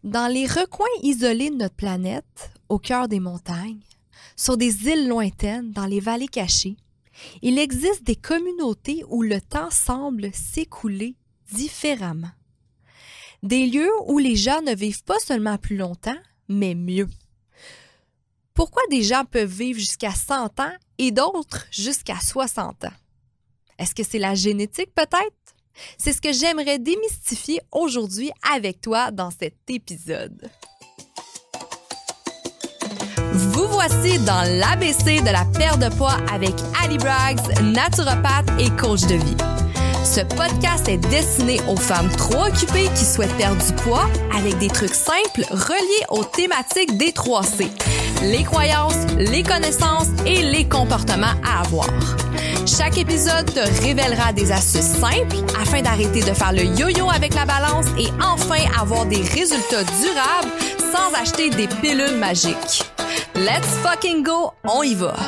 Dans les recoins isolés de notre planète, au cœur des montagnes, sur des îles lointaines, dans les vallées cachées, il existe des communautés où le temps semble s'écouler différemment. Des lieux où les gens ne vivent pas seulement plus longtemps, mais mieux. Pourquoi des gens peuvent vivre jusqu'à 100 ans et d'autres jusqu'à 60 ans? Est-ce que c'est la génétique peut-être? C'est ce que j'aimerais démystifier aujourd'hui avec toi dans cet épisode. Vous voici dans l'ABC de la perte de poids avec Ali Braggs, naturopathe et coach de vie. Ce podcast est destiné aux femmes trop occupées qui souhaitent perdre du poids avec des trucs simples reliés aux thématiques des 3C. Les croyances, les connaissances et les comportements à avoir. Chaque épisode te révélera des astuces simples afin d'arrêter de faire le yo-yo avec la balance et enfin avoir des résultats durables sans acheter des pilules magiques. Let's fucking go, on y va!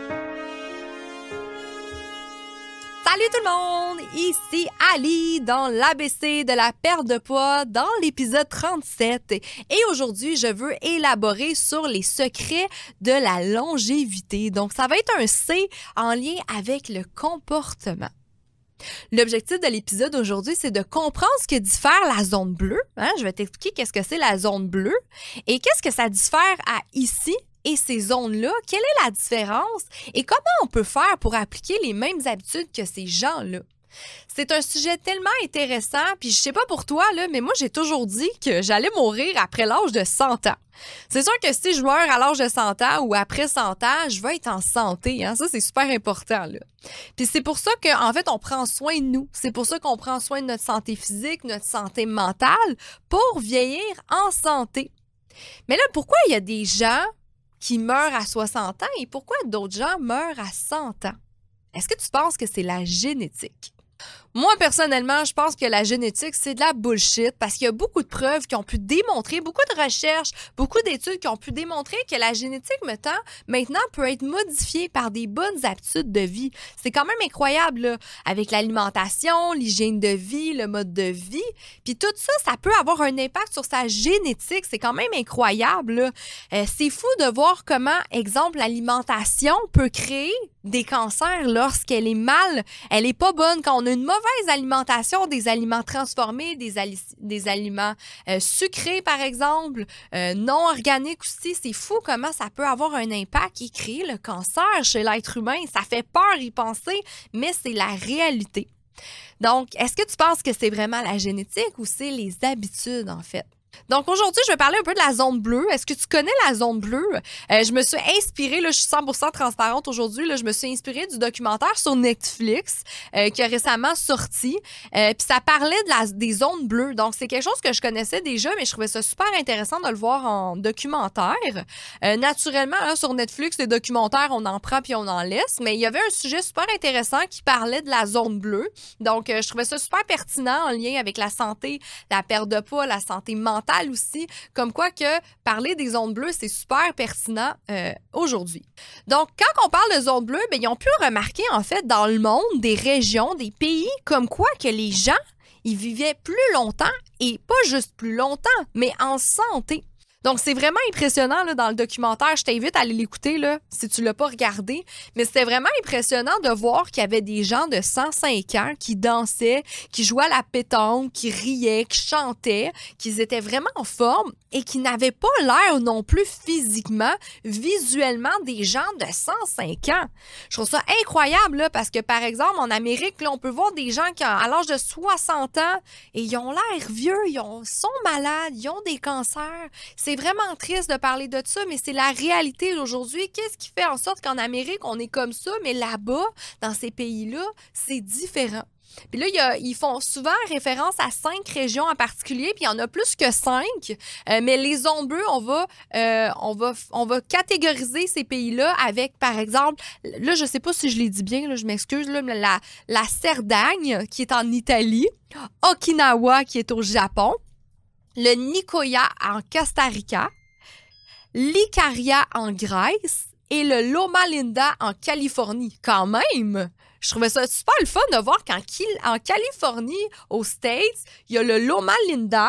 Salut tout le monde! Ici Ali dans l'ABC de la perte de poids dans l'épisode 37. Et aujourd'hui, je veux élaborer sur les secrets de la longévité. Donc, ça va être un C en lien avec le comportement. L'objectif de l'épisode d'aujourd'hui, c'est de comprendre ce que diffère la zone bleue. Je vais t'expliquer qu'est-ce que c'est la zone bleue et qu'est-ce que ça diffère à ici et ces zones-là. Quelle est la différence et comment on peut faire pour appliquer les mêmes habitudes que ces gens-là? C'est un sujet tellement intéressant, puis je sais pas pour toi, là, mais moi, j'ai toujours dit que j'allais mourir après l'âge de 100 ans. C'est sûr que si je meurs à l'âge de 100 ans ou après 100 ans, je vais être en santé. Ça, c'est super important, là. Puis c'est pour ça qu'en fait, on prend soin de nous. C'est pour ça qu'on prend soin de notre santé physique, notre santé mentale, pour vieillir en santé. Mais là, pourquoi il y a des gens qui meurent à 60 ans et pourquoi d'autres gens meurent à 100 ans? Est-ce que tu penses que c'est la génétique? Moi, personnellement, je pense que la génétique, c'est de la bullshit parce qu'il y a beaucoup de preuves qui ont pu démontrer, beaucoup de recherches, beaucoup d'études qui ont pu démontrer que la génétique, maintenant, peut être modifiée par des bonnes habitudes de vie. C'est quand même incroyable, là, avec l'alimentation, l'hygiène de vie, le mode de vie. Puis tout ça, ça peut avoir un impact sur sa génétique. C'est quand même incroyable, là. C'est fou de voir comment, exemple, l'alimentation peut créer des cancers lorsqu'elle est mal, elle est pas bonne. Quand on a une mauvaise alimentation, des aliments transformés, des aliments sucrés, par exemple, non organiques aussi, c'est fou comment ça peut avoir un impact et créer le cancer chez l'être humain. Ça fait peur y penser, mais c'est la réalité. Donc, est-ce que tu penses que c'est vraiment la génétique ou c'est les habitudes, en fait? Donc aujourd'hui, je vais parler un peu de la zone bleue. Est-ce que tu connais la zone bleue? Je me suis inspirée, là, je suis 100% transparente aujourd'hui, là, je me suis inspirée du documentaire sur Netflix qui a récemment sorti. Puis ça parlait des zones bleues. Donc c'est quelque chose que je connaissais déjà, mais je trouvais ça super intéressant de le voir en documentaire. Naturellement, là, sur Netflix, les documentaires, on en prend puis on en laisse. Mais il y avait un sujet super intéressant qui parlait de la zone bleue. Donc je trouvais ça super pertinent en lien avec la santé, la perte de poids, la santé mentale aussi, comme quoi que parler des zones bleues, c'est super pertinent aujourd'hui. Donc, quand on parle de zones bleues, ils ont pu remarquer, en fait, dans le monde, des régions, des pays, comme quoi que les gens, ils vivaient plus longtemps, et pas juste plus longtemps, mais en santé. Donc, c'est vraiment impressionnant là, dans le documentaire. Je t'invite à aller l'écouter là, si tu ne l'as pas regardé. Mais c'était vraiment impressionnant de voir qu'il y avait des gens de 105 ans qui dansaient, qui jouaient à la pétanque, qui riaient, qui chantaient, qui étaient vraiment en forme et qui n'avaient pas l'air non plus physiquement, visuellement, des gens de 105 ans. Je trouve ça incroyable là, parce que, par exemple, en Amérique, là, on peut voir des gens qui, à l'âge de 60 ans, et ils ont l'air vieux, sont malades, ils ont des cancers. C'est vraiment triste de parler de ça, mais c'est la réalité d'aujourd'hui. Qu'est-ce qui fait en sorte qu'en Amérique, on est comme ça, mais là-bas, dans ces pays-là, c'est différent. Puis là, ils font souvent référence à 5 régions en particulier, puis il y en a plus que 5. Mais les zones bleues, on va catégoriser ces pays-là avec, par exemple, là, je sais pas si je l'ai dit bien, là, je m'excuse, là, mais la Cerdagne, qui est en Italie, Okinawa, qui est au Japon, le Nicoya en Costa Rica, l'Icaria en Grèce et le Loma Linda en Californie. Quand même! Je trouvais ça super le fun de voir qu'en Californie, aux States, il y a le Loma Linda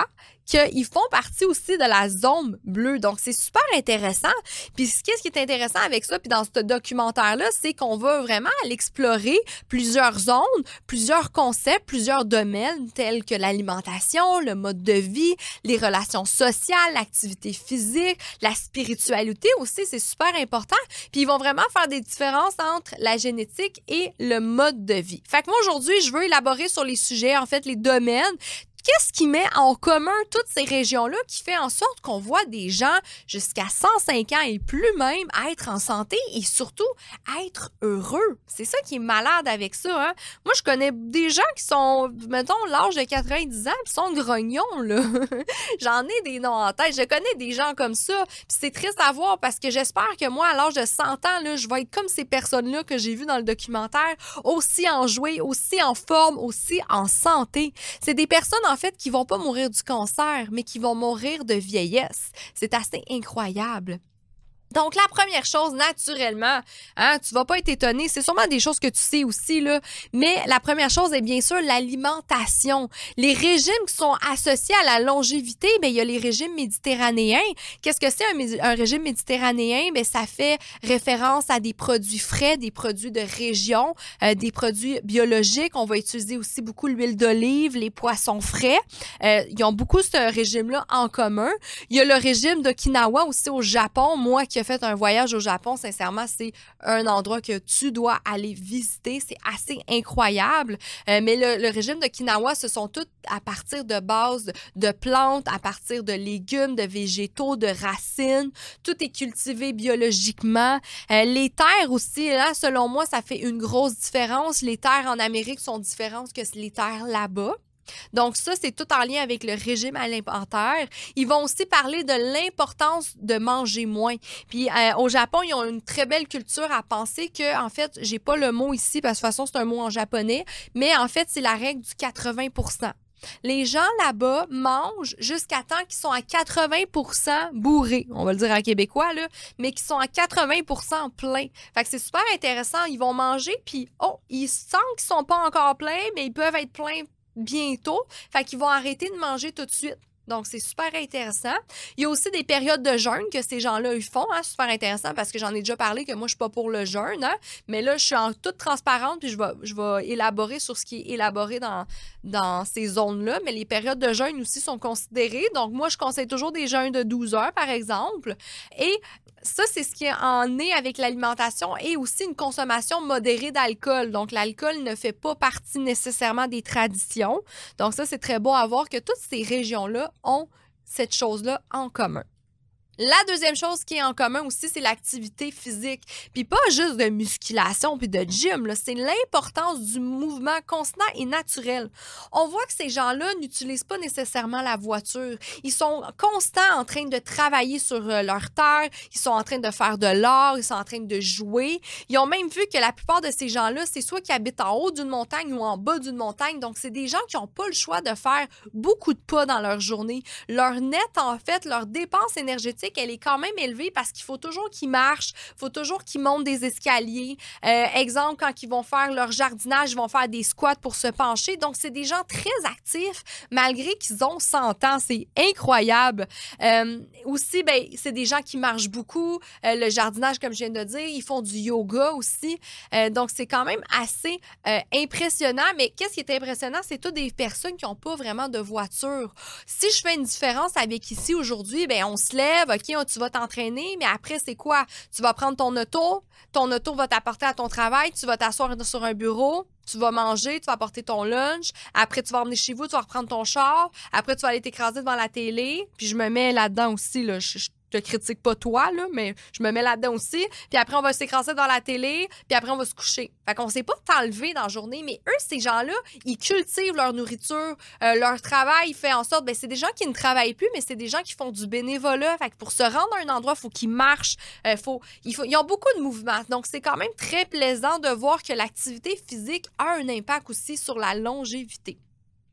qu'ils font partie aussi de la zone bleue. Donc, c'est super intéressant. Puis, qu'est-ce qui est intéressant avec ça, puis dans ce documentaire-là, c'est qu'on va vraiment aller explorer plusieurs zones, plusieurs concepts, plusieurs domaines tels que l'alimentation, le mode de vie, les relations sociales, l'activité physique, la spiritualité aussi, c'est super important. Puis, ils vont vraiment faire des différences entre la génétique et le mode de vie. Fait que moi, aujourd'hui, je veux élaborer sur les sujets, en fait, les domaines. Qu'est-ce qui met en commun toutes ces régions-là qui fait en sorte qu'on voit des gens jusqu'à 105 ans et plus même être en santé et surtout être heureux? C'est ça qui est malade avec ça, hein? Moi, je connais des gens qui sont, mettons, l'âge de 90 ans qui sont grognons, là. J'en ai des noms en tête. Je connais des gens comme ça. Puis c'est triste à voir parce que j'espère que moi, à l'âge de 100 ans, là, je vais être comme ces personnes-là que j'ai vues dans le documentaire, aussi enjouées, aussi en forme, aussi en santé. C'est des personnes, en fait, qui vont pas mourir du cancer, mais qui vont mourir de vieillesse. C'est assez incroyable. Donc, la première chose, naturellement, hein, tu vas pas être étonné, c'est sûrement des choses que tu sais aussi, là, mais la première chose est bien sûr l'alimentation. Les régimes qui sont associés à la longévité, bien, il y a les régimes méditerranéens. Qu'est-ce que c'est un régime méditerranéen? Bien, ça fait référence à des produits frais, des produits de région, des produits biologiques. On va utiliser aussi beaucoup l'huile d'olive, les poissons frais. Ils ont beaucoup ce régime-là en commun. Il y a le régime d'Okinawa aussi au Japon. Moi qui ai fait un voyage au Japon, sincèrement, c'est un endroit que tu dois aller visiter. C'est assez incroyable. Mais le régime d'Okinawa, ce sont toutes à partir de bases de plantes, à partir de légumes, de végétaux, de racines. Tout est cultivé biologiquement. Les terres aussi, là, selon moi, ça fait une grosse différence. Les terres en Amérique sont différentes que les terres là-bas. Donc ça, c'est tout en lien avec le régime alimentaire. Ils vont aussi parler de l'importance de manger moins. Puis au Japon, ils ont une très belle culture à penser que, en fait, j'ai pas le mot ici parce que de toute façon, c'est un mot en japonais, mais en fait, c'est la règle du 80%. Les gens là-bas mangent jusqu'à temps qu'ils sont à 80% bourrés, on va le dire en québécois, là, mais qu'ils sont à 80% pleins. Fait que c'est super intéressant. Ils vont manger, puis ils sentent qu'ils sont pas encore pleins, mais ils peuvent être pleins bientôt. Fait qu'ils vont arrêter de manger tout de suite. Donc, c'est super intéressant. Il y a aussi des périodes de jeûne que ces gens-là, ils font. Hein, super intéressant parce que j'en ai déjà parlé que moi, je suis pas pour le jeûne. Hein, mais là, je suis en toute transparente puis je vais élaborer sur ce qui est élaboré dans ces zones-là. Mais les périodes de jeûne aussi sont considérées. Donc, moi, je conseille toujours des jeûnes de 12 heures, par exemple. Et ça, c'est ce qui en est avec l'alimentation et aussi une consommation modérée d'alcool. Donc, l'alcool ne fait pas partie nécessairement des traditions. Donc, ça, c'est très beau à voir que toutes ces régions-là ont cette chose-là en commun. La deuxième chose qui est en commun aussi, c'est l'activité physique. Puis pas juste de musculation puis de gym, là, c'est l'importance du mouvement constant et naturel. On voit que ces gens-là n'utilisent pas nécessairement la voiture. Ils sont constants en train de travailler sur leur terre, ils sont en train de faire de l'art, ils sont en train de jouer. Ils ont même vu que la plupart de ces gens-là, c'est soit qui habitent en haut d'une montagne ou en bas d'une montagne. Donc, c'est des gens qui n'ont pas le choix de faire beaucoup de pas dans leur journée. Leur net, en fait, leur dépense énergétique, elle est quand même élevée parce qu'il faut toujours qu'ils marchent, il faut toujours qu'ils montent des escaliers. Exemple, quand ils vont faire leur jardinage, ils vont faire des squats pour se pencher. Donc, c'est des gens très actifs malgré qu'ils ont 100 ans. C'est incroyable. Aussi, ben, c'est des gens qui marchent beaucoup. Le jardinage, comme je viens de dire, ils font du yoga aussi. Donc, c'est quand même assez impressionnant. Mais qu'est-ce qui est impressionnant? C'est toutes des personnes qui n'ont pas vraiment de voiture. Si je fais une différence avec ici aujourd'hui, ben, on se lève, OK, tu vas t'entraîner, mais après, c'est quoi? Tu vas prendre ton auto va t'apporter à ton travail, tu vas t'asseoir sur un bureau, tu vas manger, tu vas apporter ton lunch, après, tu vas revenir chez vous, tu vas reprendre ton char, après, tu vas aller t'écraser devant la télé, puis je me mets là-dedans aussi, là, je te critique pas toi, là, mais je me mets là-dedans aussi, puis après, on va s'écraser devant la télé, puis après, on va se coucher. Fait qu'on sait pas t'enlever dans la journée, mais eux, ces gens-là, ils cultivent leur nourriture, leur travail fait en sorte, ben c'est des gens qui ne travaillent plus, mais c'est des gens qui font du bénévolat. Fait que pour se rendre à un endroit, il faut qu'ils marchent, ils ont beaucoup de mouvements. Donc, c'est quand même très plaisant de voir que l'activité physique a un impact aussi sur la longévité.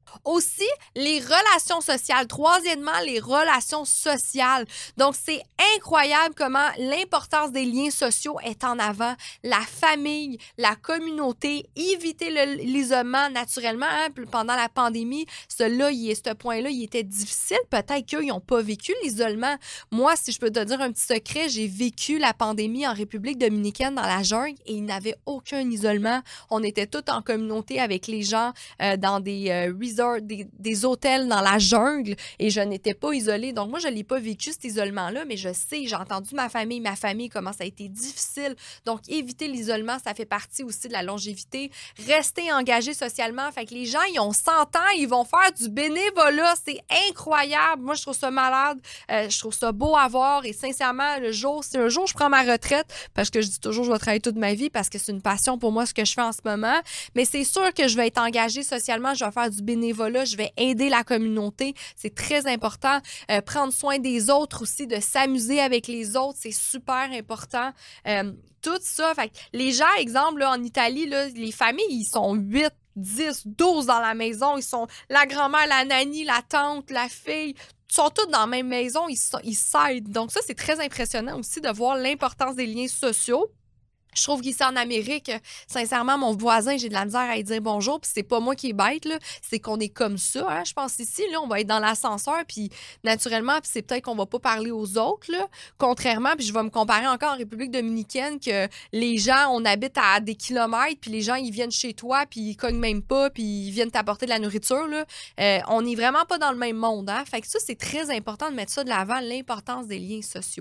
Aussi, les relations sociales. Troisièmement, les relations sociales. Donc, c'est incroyable comment l'importance des liens sociaux est en avant. La famille, la communauté, éviter l'isolement naturellement. Hein, pendant la pandémie, ce point-là, il était difficile. Peut-être qu'ils n'ont pas vécu l'isolement. Moi, si je peux te dire un petit secret, j'ai vécu la pandémie en République dominicaine dans la jungle et il n'avait aucun isolement. On était tous en communauté avec les gens dans des resorts, des hôtels dans la jungle et je n'étais pas isolée. Donc, moi, je ne l'ai pas vécu, cet isolement-là, mais je sais, j'ai entendu ma famille, comment ça a été difficile. Donc, éviter l'isolement, ça fait partie aussi de la longévité. Rester engagé socialement. Fait que les gens, ils ont 100 ans, ils vont faire du bénévolat. C'est incroyable. Moi, je trouve ça malade. Je trouve ça beau à voir et sincèrement, si un jour je prends ma retraite, parce que je dis toujours, je vais travailler toute ma vie parce que c'est une passion pour moi ce que je fais en ce moment, mais c'est sûr que je vais être engagée socialement, je vais faire du bénévolat, je vais aider la communauté. C'est très important. Prendre soin des autres aussi, de s'amuser avec les autres, c'est super important. Tout ça. Fait que les gens, exemple, là, en Italie, là, les familles, ils sont 8, 10, 12 dans la maison. Ils sont la grand-mère, la nanny, la tante, la fille. Ils sont tous dans la même maison. Ils s'aident. Donc ça, c'est très impressionnant aussi de voir l'importance des liens sociaux. Je trouve qu'ici en Amérique, sincèrement, mon voisin, j'ai de la misère à lui dire bonjour, puis c'est pas moi qui est bête, là, c'est qu'on est comme ça. Hein? Je pense ici, là, on va être dans l'ascenseur, puis naturellement, puis c'est peut-être qu'on va pas parler aux autres, là. Contrairement, puis je vais me comparer encore en République dominicaine, que les gens, on habite à des kilomètres, puis les gens, ils viennent chez toi, puis ils cognent même pas, puis ils viennent t'apporter de la nourriture, là. On n'est vraiment pas dans le même monde. Hein? Fait que ça, c'est très important de mettre ça de l'avant, l'importance des liens sociaux.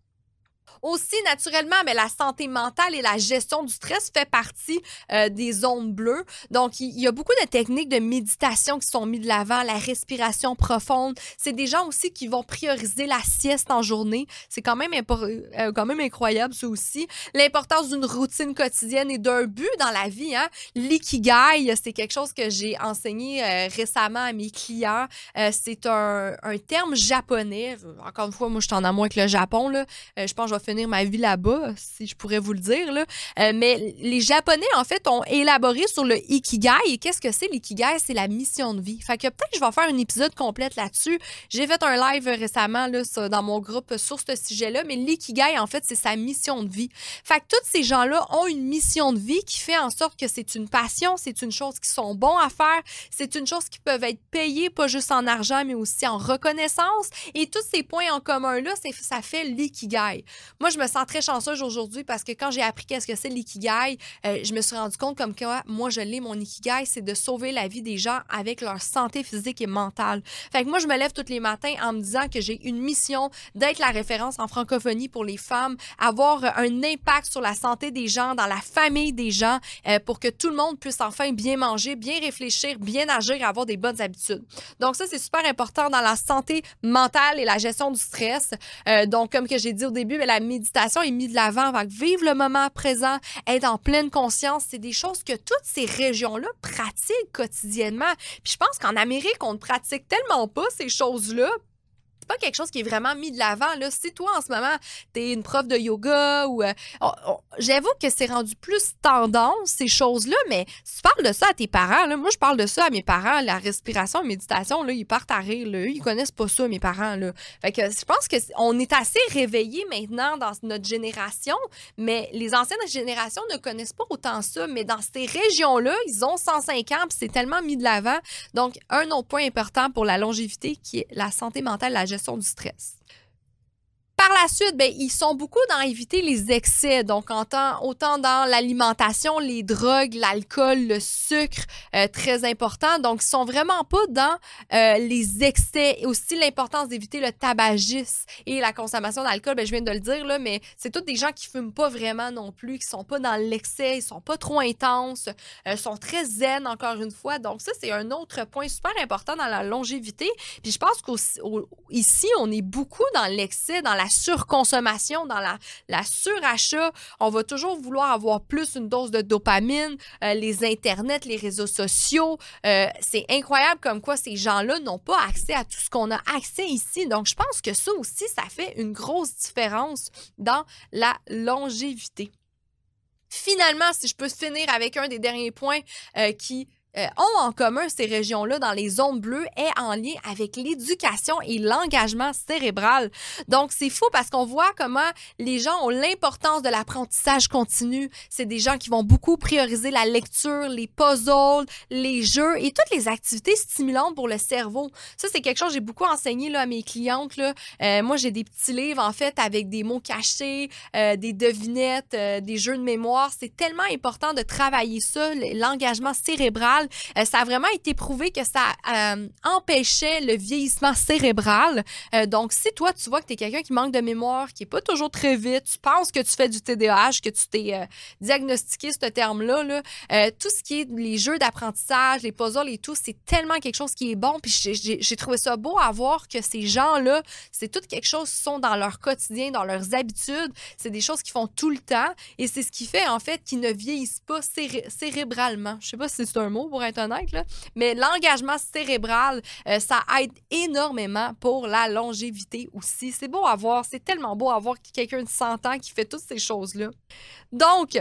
Aussi, naturellement, mais la santé mentale et la gestion du stress fait partie des zones bleues. Donc, il y a beaucoup de techniques de méditation qui sont mises de l'avant, la respiration profonde. C'est des gens aussi qui vont prioriser la sieste en journée. C'est quand même incroyable, ça aussi. L'importance d'une routine quotidienne et d'un but dans la vie. Hein? L'ikigai, c'est quelque chose que j'ai enseigné récemment à mes clients. C'est un terme japonais. Encore une fois, moi, je suis en amour avec le Japon. Là. Je pense que je vais finir ma vie là-bas, si je pourrais vous le dire. Là. Mais les Japonais, en fait, ont élaboré sur le Ikigai. Et qu'est-ce que c'est l'Ikigai? C'est la mission de vie. Fait que peut-être que je vais faire un épisode complète là-dessus. J'ai fait un live récemment là, dans mon groupe sur ce sujet-là, mais l'Ikigai, en fait, c'est sa mission de vie. Fait que tous ces gens-là ont une mission de vie qui fait en sorte que c'est une passion, c'est une chose qui sont bons à faire, c'est une chose qui peuvent être payées, pas juste en argent, mais aussi en reconnaissance. Et tous ces points en commun-là, ça fait l'Ikigai. Moi, je me sens très chanceuse aujourd'hui parce que quand j'ai appris qu'est-ce que c'est l'ikigai, je me suis rendu compte comme quoi, moi, je l'ai, mon ikigai, c'est de sauver la vie des gens avec leur santé physique et mentale. Fait que moi, je me lève tous les matins en me disant que j'ai une mission d'être la référence en francophonie pour les femmes, avoir un impact sur la santé des gens, dans la famille des gens, pour que tout le monde puisse enfin bien manger, bien réfléchir, bien agir et avoir des bonnes habitudes. Donc ça, c'est super important dans la santé mentale et la gestion du stress. Donc, comme que j'ai dit au début, la méditation est mise de l'avant. Vivre le moment présent, être en pleine conscience, c'est des choses que toutes ces régions-là pratiquent quotidiennement. Puis je pense qu'en Amérique, on ne pratique tellement pas ces choses-là. C'est pas quelque chose qui est vraiment mis de l'avant. Là. Si toi, en ce moment, t'es une prof de yoga ou... j'avoue que c'est rendu plus tendance, ces choses-là, mais si tu parles de ça à tes parents, là, moi, je parle de ça à mes parents, la respiration, la méditation, là, ils partent à rire. Là, ils connaissent pas ça, mes parents. Là. Fait que je pense qu'on est assez réveillés maintenant dans notre génération, mais les anciennes générations ne connaissent pas autant ça. Mais dans ces régions-là, ils ont 105 ans, puis c'est tellement mis de l'avant. Donc, un autre point important pour la longévité, qui est la santé mentale, la gestion du stress. Par la suite, ils sont beaucoup dans éviter les excès, donc autant dans l'alimentation, les drogues, l'alcool, le sucre, très important. Donc, ils sont vraiment pas dans les excès. Et aussi, l'importance d'éviter le tabagisme et la consommation d'alcool. Je viens de le dire, là, mais c'est tous des gens qui fument pas vraiment non plus, qui sont pas dans l'excès, ils sont pas trop intenses, sont très zen, encore une fois. Donc, ça, c'est un autre point super important dans la longévité. Puis, je pense qu'ici, on est beaucoup dans l'excès, dans la surconsommation, dans la surachat. On va toujours vouloir avoir plus une dose de dopamine, les internets, les réseaux sociaux. C'est incroyable comme quoi ces gens-là n'ont pas accès à tout ce qu'on a accès ici. Donc, je pense que ça aussi, ça fait une grosse différence dans la longévité. Finalement, si je peux finir avec un des derniers points qui ont en commun ces régions-là dans les zones bleues est en lien avec l'éducation et l'engagement cérébral. Donc, c'est fou parce qu'on voit comment les gens ont l'importance de l'apprentissage continu. C'est des gens qui vont beaucoup prioriser la lecture, les puzzles, les jeux et toutes les activités stimulantes pour le cerveau. Ça, c'est quelque chose que j'ai beaucoup enseigné là, à mes clientes. Là. Moi, j'ai des petits livres, en fait, avec des mots cachés, des devinettes, des jeux de mémoire. C'est tellement important de travailler ça, l'engagement cérébral. Ça a vraiment été prouvé que ça empêchait le vieillissement cérébral. Donc, si toi, tu vois que tu es quelqu'un qui manque de mémoire, qui n'est pas toujours très vite, tu penses que tu fais du TDAH, que tu t'es diagnostiqué ce terme-là, là, tout ce qui est les jeux d'apprentissage, les puzzles et tout, c'est tellement quelque chose qui est bon. Puis j'ai trouvé ça beau à voir que ces gens-là, c'est tout quelque chose qui sont dans leur quotidien, dans leurs habitudes. C'est des choses qu'ils font tout le temps et c'est ce qui fait, en fait, qu'ils ne vieillissent pas cérébralement. Je sais pas si c'est un mot pour être honnête, là, mais l'engagement cérébral, ça aide énormément pour la longévité aussi. C'est beau à voir, c'est tellement beau à voir quelqu'un de 100 ans qui fait toutes ces choses-là. Donc,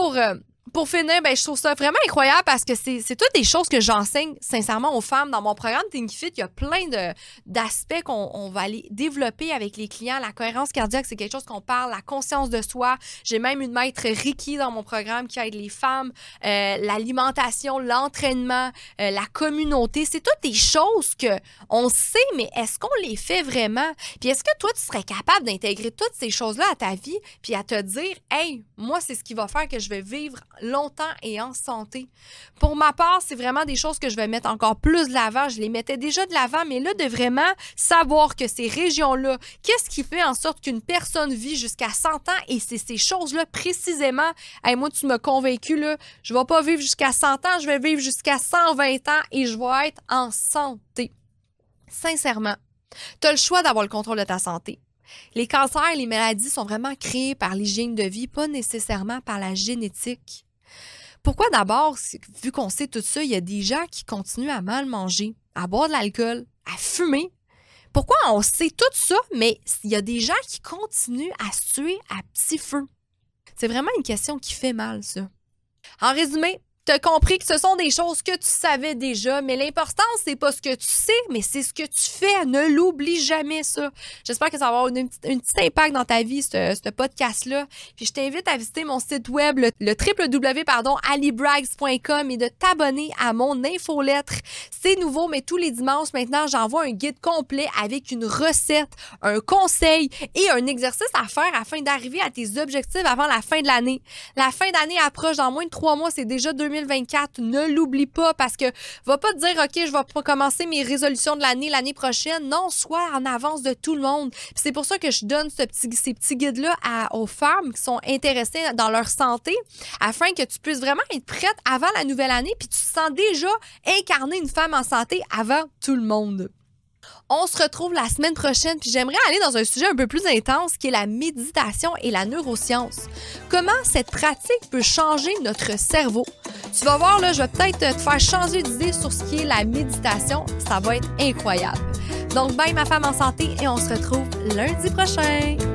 pour finir, je trouve ça vraiment incroyable parce que c'est toutes des choses que j'enseigne sincèrement aux femmes. Dans mon programme Think Fit, il y a plein d'aspects qu'on va aller développer avec les clients. La cohérence cardiaque, c'est quelque chose qu'on parle, la conscience de soi. J'ai même une maître Reiki dans mon programme qui aide les femmes, l'alimentation, l'entraînement, la communauté. C'est toutes des choses qu'on sait, mais est-ce qu'on les fait vraiment? Puis est-ce que toi, tu serais capable d'intégrer toutes ces choses-là à ta vie puis à te dire, hey, moi, c'est ce qui va faire que je vais vivre longtemps et en santé. Pour ma part, c'est vraiment des choses que je vais mettre encore plus de l'avant. Je les mettais déjà de l'avant, mais là, de vraiment savoir que ces régions-là, qu'est-ce qui fait en sorte qu'une personne vit jusqu'à 100 ans et c'est ces choses-là précisément. Hey, moi, tu m'as convaincu, là, je ne vais pas vivre jusqu'à 100 ans, je vais vivre jusqu'à 120 ans et je vais être en santé. Sincèrement, tu as le choix d'avoir le contrôle de ta santé. Les cancers et les maladies sont vraiment créés par l'hygiène de vie, pas nécessairement par la génétique. Pourquoi d'abord, vu qu'on sait tout ça, il y a des gens qui continuent à mal manger, à boire de l'alcool, à fumer? Pourquoi on sait tout ça, mais il y a des gens qui continuent à se tuer à petit feu? C'est vraiment une question qui fait mal, ça. En résumé, tu as compris que ce sont des choses que tu savais déjà, mais l'important, c'est pas ce que tu sais, mais c'est ce que tu fais. Ne l'oublie jamais, ça. J'espère que ça va avoir un petit impact dans ta vie, ce podcast-là. Puis je t'invite à visiter mon site web, le www.alibrags.com et de t'abonner à mon infolettre. C'est nouveau, mais tous les dimanches, maintenant, j'envoie un guide complet avec une recette, un conseil et un exercice à faire afin d'arriver à tes objectifs avant la fin de l'année. La fin d'année approche dans moins de 3 mois, c'est déjà 2024. Ne l'oublie pas parce que va pas te dire, OK, je vais pas commencer mes résolutions de l'année prochaine. Non, sois en avance de tout le monde. Puis c'est pour ça que je donne ces petits guides-là aux femmes qui sont intéressées dans leur santé afin que tu puisses vraiment être prête avant la nouvelle année puis tu te sens déjà incarner une femme en santé avant tout le monde. On se retrouve la semaine prochaine, puis j'aimerais aller dans un sujet un peu plus intense qui est la méditation et la neuroscience. Comment cette pratique peut changer notre cerveau? Tu vas voir, là, je vais peut-être te faire changer d'idée sur ce qui est la méditation. Ça va être incroyable. Donc, bye ma femme en santé et on se retrouve lundi prochain.